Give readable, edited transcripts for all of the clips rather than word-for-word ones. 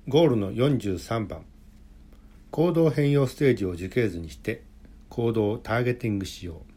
ゴールの43番、行動変容ステージを樹形図にして行動をターゲティングしよ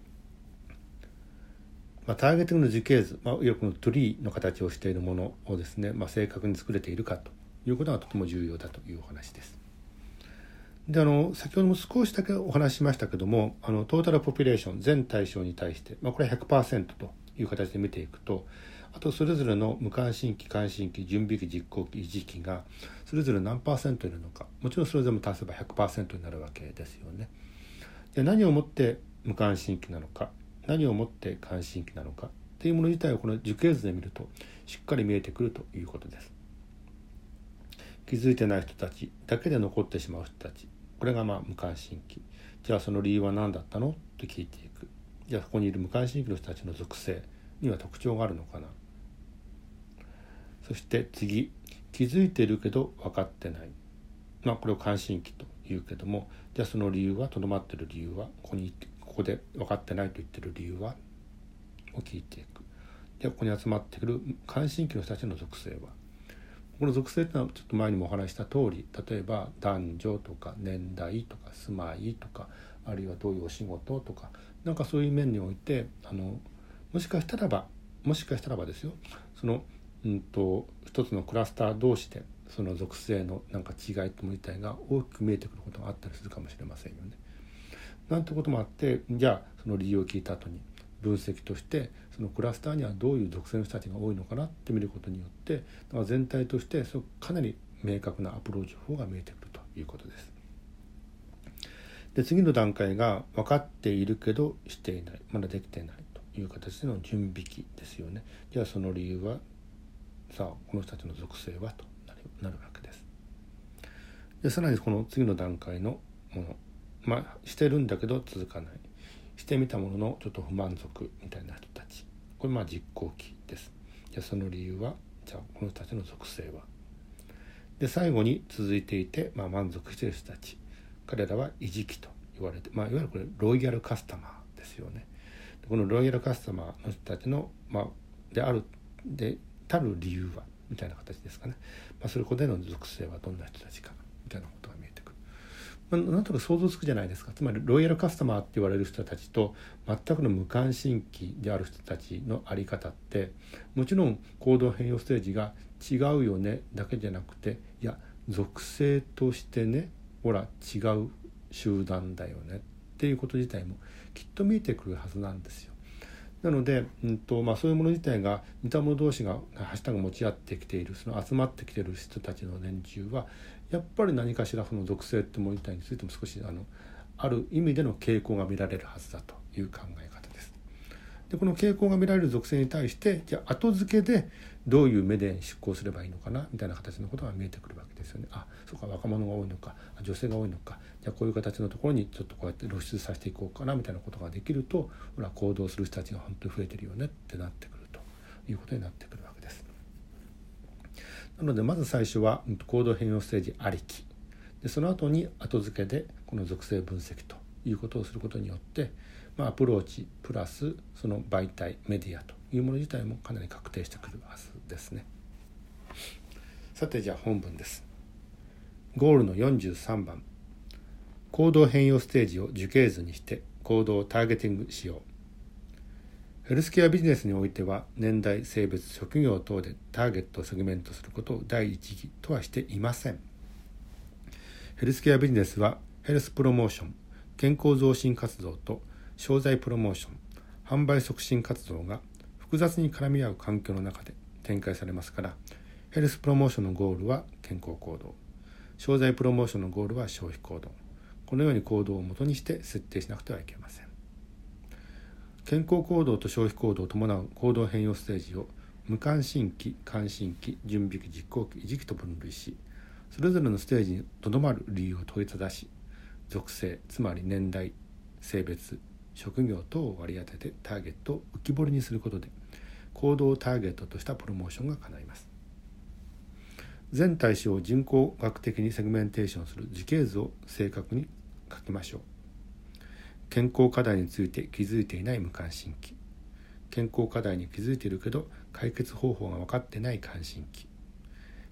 う。ターゲティングの樹形図、いわゆるこのトリーの形をしているものをですね、正確に作れているかということがとても重要だというお話です。で、先ほども少しだけお話ししましたけども、トータルポピュレーション全対象に対して、これは 100% という形で見ていくと、あとそれぞれの無関心期、関心期、準備期、実行期、維持期がそれぞれ何%いるのか、もちろんそれぞれも足せば 100% になるわけですよね。で、何をもって無関心期なのか、何をもって関心期なのかっていうもの自体をこの樹形図で見るとしっかり見えてくるということです。気づいてない人たちだけで残ってしまう人たち、これが無関心期。じゃあその理由は何だったのと聞いていく。じゃあそこにいる無関心期の人たちの属性には特徴があるのかな。そして次、気づいているけど分かってない。これを関心期というけども、じゃあその理由は、とどまっている理由は、ここで分かってないと言っている理由はを聞いていく。で、ここに集まってくる関心期の人たちの属性は、この属性というのはちょっと前にもお話した通り、例えば男女とか年代とか住まいとか、あるいはどういうお仕事とか、そういう面においてもしかしたらばですよ、その一つのクラスター同士でその属性の違いともみたいが大きく見えてくることがあったりするかもしれませんよね。なんてこともあって、じゃあその理由を聞いた後に分析としてそのクラスターにはどういう属性の人たちが多いのかなって見ることによって、全体としてかなり明確なアプローチ法が見えてくるということです。で、次の段階が分かっているけどしていない、まだできていないという形での準備期ですよね。じゃあその理由は、この人たちの属性はとなるわけです。で、さらにこの次の段階のもの、してるんだけど続かない、してみたもののちょっと不満足みたいな人たち、これ実行期です。じゃあその理由は、じゃあこの人たちの属性は。で、最後に続いていて、満足している人たち、彼らは維持期と言われて、いわゆるこれロイヤルカスタマーですよね。このロイヤルカスタマーの人たちの、でたる理由はみたいな形ですかね。それこでの属性はどんな人たちかみたいなことが見えてくる。なんとか想像つくじゃないですか。つまりロイヤルカスタマーって言われる人たちと全くの無関心期である人たちの在り方って、もちろん行動変容ステージが違うよねだけじゃなくて、いや属性としてね、ほら違う集団だよねっていうこと自体もきっと見えてくるはずなんですよ。なので、そういうもの自体が似た者同士が持ち合ってきている、その集まってきている人たちの連中はやっぱり何かしらその属性ってもの自体についても少しある意味での傾向が見られるはずだという考え方です。で、この傾向が見られる属性に対して、じゃあ後付けでどういう目で出向すればいいのかなみたいな形のことが見えてくるわけですよね。そうか、若者が多いのか、女性が多いのか、じゃあこういう形のところにちょっとこうやって露出させていこうかなみたいなことができると、行動する人たちが本当に増えてるよねってなってくるということになってくるわけです。なのでまず最初は行動変容ステージありきで、その後に後付けでこの属性分析ということをすることによって、アプローチプラスその媒体メディアというもの自体もかなり確定してくるはずですね。さて、じゃあ本文です。ゴールの43番、行動変容ステージを樹形図にして行動をターゲティングしよう。ヘルスケアビジネスにおいては年代、性別、職業等でターゲットをセグメントすることを第一義とはしていません。ヘルスケアビジネスはヘルスプロモーション、健康増進活動と商材プロモーション、販売促進活動が複雑に絡み合う環境の中で展開されますから、ヘルスプロモーションのゴールは健康行動、商材プロモーションのゴールは消費行動、このように行動を元にして設定しなくてはいけません。健康行動と消費行動を伴う行動変容ステージを無関心期、関心期、準備期、実行期、維持期と分類し、それぞれのステージにとどまる理由を問いただし、属性、つまり年代、性別、職業等を割り当ててターゲットを浮き彫りにすることで、行動をターゲットとしたプロモーションが叶います。全対象を人工学的にセグメンテーションする樹形図を正確に書きましょう。健康課題について気づいていない無関心期、健康課題に気づいているけど解決方法が分かってない関心期、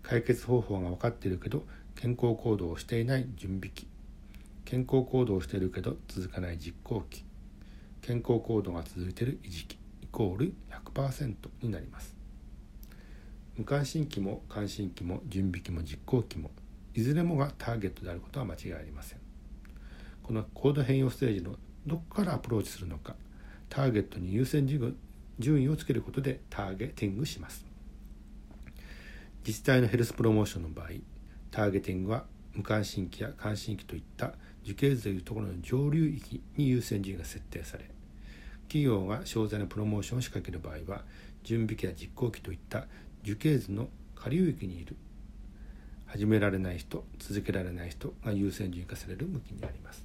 解決方法が分かっているけど健康行動をしていない準備期、健康行動をしているけど続かない実行期、健康行動が続いている維持期イコール 100% になります。無関心期も関心期も準備期も実行期もいずれもがターゲットであることは間違いありません。この行動変容ステージのどこからアプローチするのか、ターゲットに優先順位をつけることでターゲティングします。自治体のヘルスプロモーションの場合、ターゲティングは無関心期や関心期といった樹形図というところの上流域に優先順位が設定され、企業が商材のプロモーションを仕掛ける場合は準備期や実行期といった樹形図の下流域にいる始められない人、続けられない人が優先順位化される向きにあります。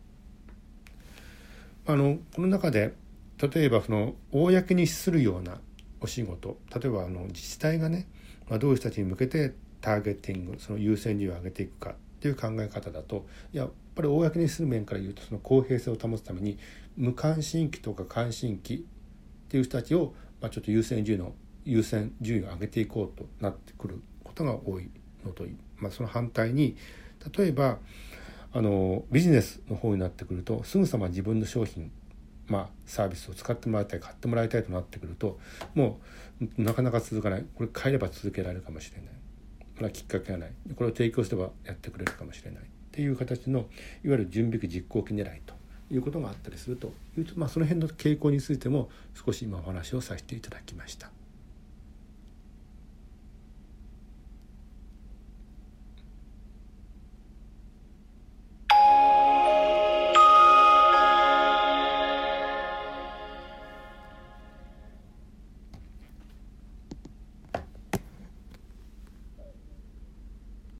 この中で例えば公にするようなお仕事、例えば自治体がね、どういう人たちに向けてターゲティング、その優先順位を上げていくかっていう考え方だと、やっぱり公にする面から言うと、その公平性を保つために無関心期とか関心期っていう人たちをちょっと優先順位を上げていこうとなってくることが多いのと、その反対に例えばビジネスの方になってくると、すぐさま自分の商品、サービスを使ってもらいたい、買ってもらいたいとなってくると、もうなかなか続かない。これ変えれば続けられるかもしれない、きっかけがない、これを提供すればやってくれるかもしれないっていう形のいわゆる準備期実行期狙いということがあったりするというと、その辺の傾向についても少し今お話をさせていただきました。